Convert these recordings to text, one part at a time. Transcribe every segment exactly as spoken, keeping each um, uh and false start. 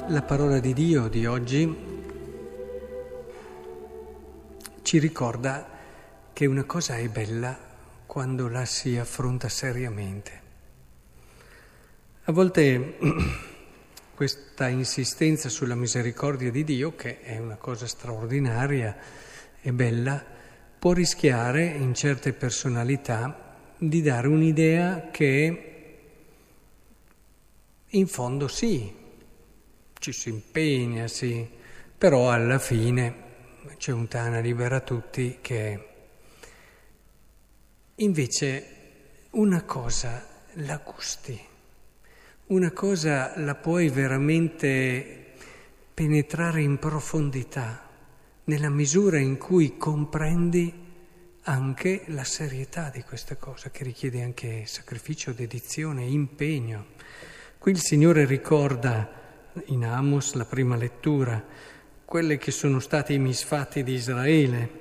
La parola di Dio di oggi ci ricorda che una cosa è bella quando la si affronta seriamente. A volte questa insistenza sulla misericordia di Dio, che è una cosa straordinaria e bella, può rischiare in certe personalità di dare un'idea che in fondo sì, ci si impegna, sì, però alla fine c'è un Tana libera tutti che invece una cosa la gusti, una cosa la puoi veramente penetrare in profondità, nella misura in cui comprendi anche la serietà di questa cosa, che richiede anche sacrificio, dedizione, impegno. Qui il Signore ricorda in Amos, la prima lettura, quelle che sono stati i misfatti di Israele,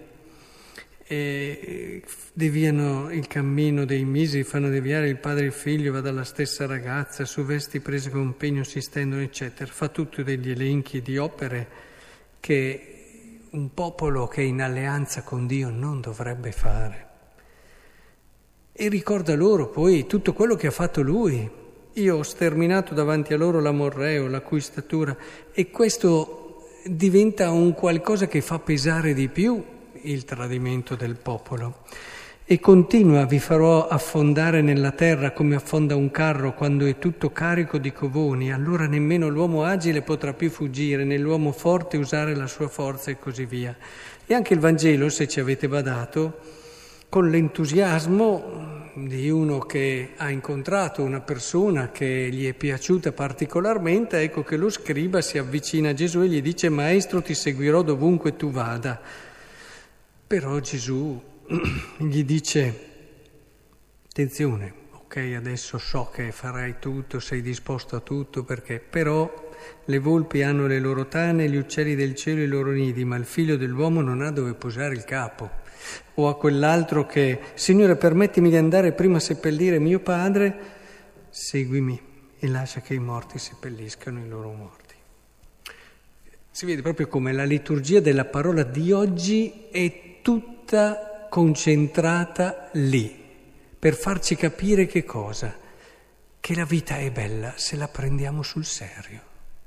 e deviano il cammino dei miseri, fanno deviare il padre e il figlio, va dalla stessa ragazza, su vesti prese con pegno si stendono, eccetera. Fa tutti degli elenchi di opere che un popolo che è in alleanza con Dio non dovrebbe fare. E ricorda loro poi tutto quello che ha fatto Lui. Io ho sterminato davanti a loro l'amorreo, la cui statura, e questo diventa un qualcosa che fa pesare di più il tradimento del popolo. E continua: vi farò affondare nella terra come affonda un carro quando è tutto carico di covoni, allora nemmeno l'uomo agile potrà più fuggire, né l'uomo forte usare la sua forza, e così via. E anche il Vangelo, se ci avete badato, con l'entusiasmo di uno che ha incontrato una persona che gli è piaciuta particolarmente, ecco che lo scriba si avvicina a Gesù e gli dice: Maestro, ti seguirò dovunque tu vada. Però Gesù gli dice: attenzione, ok, adesso so che farai tutto, sei disposto a tutto, perché però le volpi hanno le loro tane, gli uccelli del cielo i loro nidi, ma il figlio dell'uomo non ha dove posare il capo. O a quell'altro che: Signore, permettimi di andare prima a seppellire mio padre, seguimi e lascia che i morti seppelliscano i loro morti. Si vede proprio come la liturgia della parola di oggi è tutta concentrata lì, per farci capire che cosa? Che la vita è bella se la prendiamo sul serio.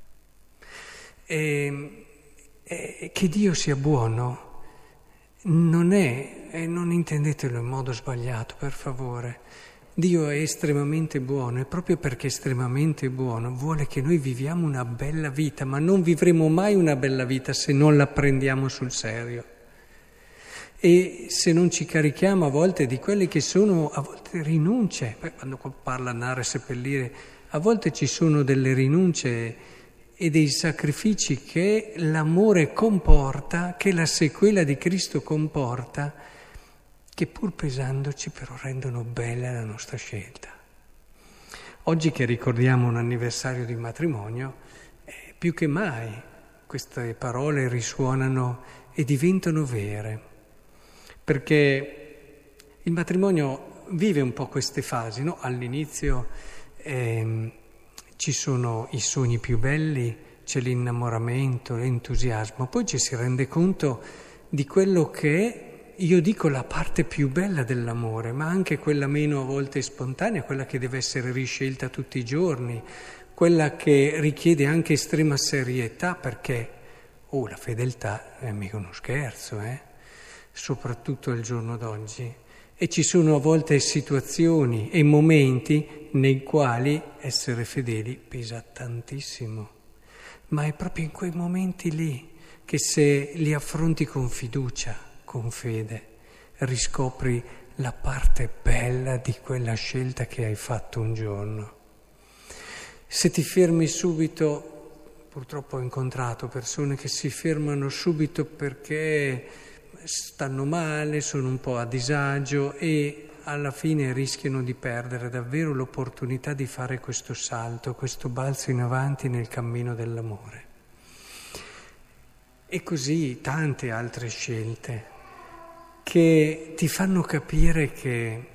E, e che Dio sia buono non è, e non intendetelo in modo sbagliato, per favore. Dio è estremamente buono e proprio perché è estremamente buono vuole che noi viviamo una bella vita, ma non vivremo mai una bella vita se non la prendiamo sul serio. E se non ci carichiamo a volte di quelle che sono a volte rinunce, beh, quando parla andare a seppellire, a volte ci sono delle rinunce e dei sacrifici che l'amore comporta, che la sequela di Cristo comporta, che pur pesandoci però rendono bella la nostra scelta. Oggi che ricordiamo un anniversario di matrimonio, eh, più che mai queste parole risuonano e diventano vere, perché il matrimonio vive un po' queste fasi, no? All'inizio ehm, ci sono i sogni più belli, c'è l'innamoramento, l'entusiasmo, poi ci si rende conto di quello che è, io dico, la parte più bella dell'amore, ma anche quella meno a volte spontanea, quella che deve essere riscelta tutti i giorni, quella che richiede anche estrema serietà, perché oh, la fedeltà è mica uno scherzo, eh? Soprattutto al giorno d'oggi. E ci sono a volte situazioni e momenti nei quali essere fedeli pesa tantissimo, ma è proprio in quei momenti lì che, se li affronti con fiducia, con fede, riscopri la parte bella di quella scelta che hai fatto un giorno. Se ti fermi subito, purtroppo ho incontrato persone che si fermano subito perché stanno male, sono un po' a disagio e alla fine rischiano di perdere davvero l'opportunità di fare questo salto, questo balzo in avanti nel cammino dell'amore. E così tante altre scelte che ti fanno capire che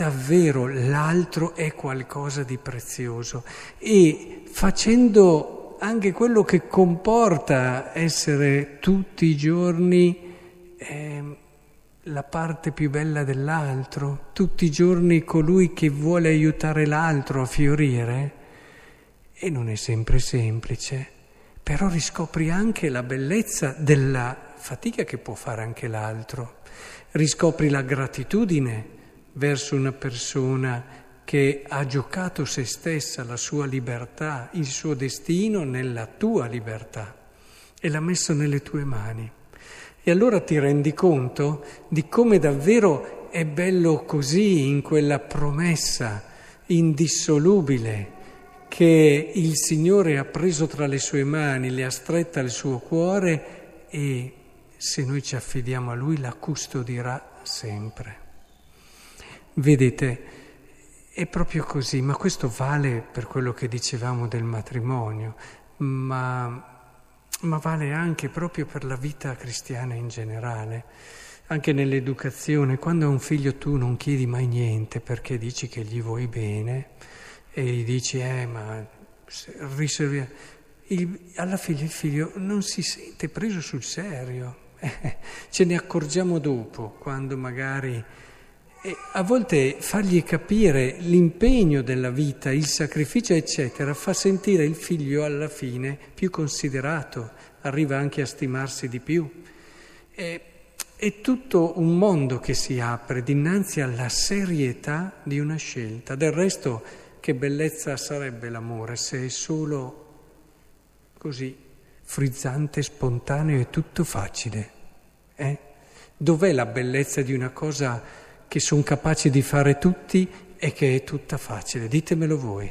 davvero l'altro è qualcosa di prezioso e facendo tutto anche quello che comporta essere tutti i giorni eh, la parte più bella dell'altro, tutti i giorni colui che vuole aiutare l'altro a fiorire. E non è sempre semplice, però riscopri anche la bellezza della fatica che può fare anche l'altro, riscopri la gratitudine verso una persona che ha giocato se stessa, la sua libertà, il suo destino nella tua libertà e l'ha messo nelle tue mani. E allora ti rendi conto di come davvero è bello così, in quella promessa indissolubile che il Signore ha preso tra le sue mani, le ha strette al suo cuore e se noi ci affidiamo a Lui la custodirà sempre. Vedete, è proprio così, ma questo vale per quello che dicevamo del matrimonio, ma... ma vale anche proprio per la vita cristiana in generale, anche nell'educazione. Quando a un figlio tu non chiedi mai niente perché dici che gli vuoi bene e gli dici eh ma riservi, il, alla fine il figlio non si sente preso sul serio, eh, ce ne accorgiamo dopo, quando magari... E a volte fargli capire l'impegno della vita, il sacrificio, eccetera, fa sentire il figlio alla fine più considerato, arriva anche a stimarsi di più. È, è tutto un mondo che si apre dinanzi alla serietà di una scelta. Del resto, che bellezza sarebbe l'amore se è solo così, frizzante, spontaneo e tutto facile. Eh? Dov'è la bellezza di una cosa che sono capaci di fare tutti e che è tutta facile? Ditemelo voi.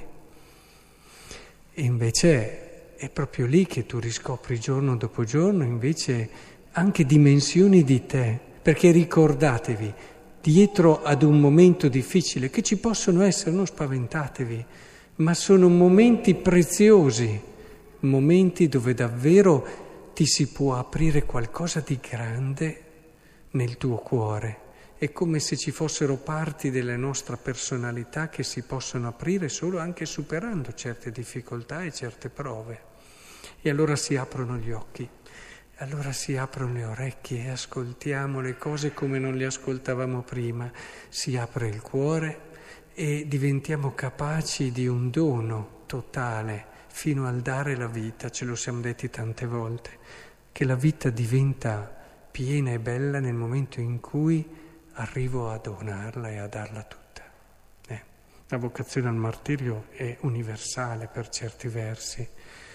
E invece è proprio lì che tu riscopri giorno dopo giorno invece anche dimensioni di te, perché ricordatevi, dietro ad un momento difficile, che ci possono essere, non spaventatevi, ma sono momenti preziosi, momenti dove davvero ti si può aprire qualcosa di grande nel tuo cuore. È come se ci fossero parti della nostra personalità che si possono aprire solo anche superando certe difficoltà e certe prove. E allora si aprono gli occhi, allora si aprono le orecchie e ascoltiamo le cose come non le ascoltavamo prima. Si apre il cuore e diventiamo capaci di un dono totale fino al dare la vita. Ce lo siamo detti tante volte, che la vita diventa piena e bella nel momento in cui arrivo a donarla e a darla tutta. Eh, la vocazione al martirio è universale per certi versi.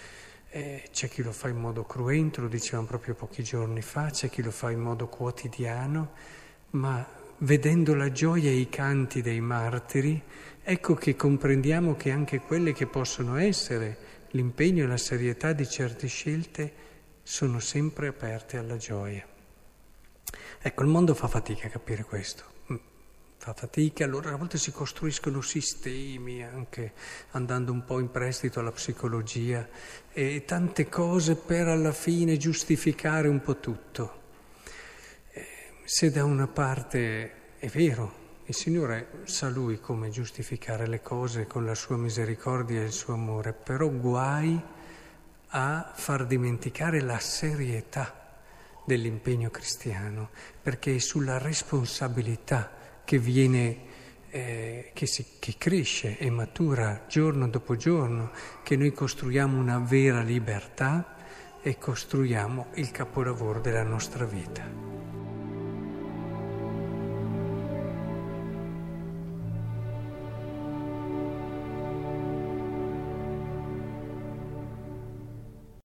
Eh, c'è chi lo fa in modo cruento, lo dicevamo proprio pochi giorni fa, c'è chi lo fa in modo quotidiano, ma vedendo la gioia e i canti dei martiri, ecco che comprendiamo che anche quelle che possono essere l'impegno e la serietà di certe scelte sono sempre aperte alla gioia. Ecco, il mondo fa fatica a capire questo, fa fatica, allora a volte si costruiscono sistemi, anche andando un po' in prestito alla psicologia, e tante cose per alla fine giustificare un po' tutto. Eh, se da una parte è vero, il Signore sa Lui come giustificare le cose con la sua misericordia e il suo amore, però guai a far dimenticare la serietà dell'impegno cristiano, perché è sulla responsabilità che viene, eh, che, si, che cresce e matura giorno dopo giorno, che noi costruiamo una vera libertà e costruiamo il capolavoro della nostra vita.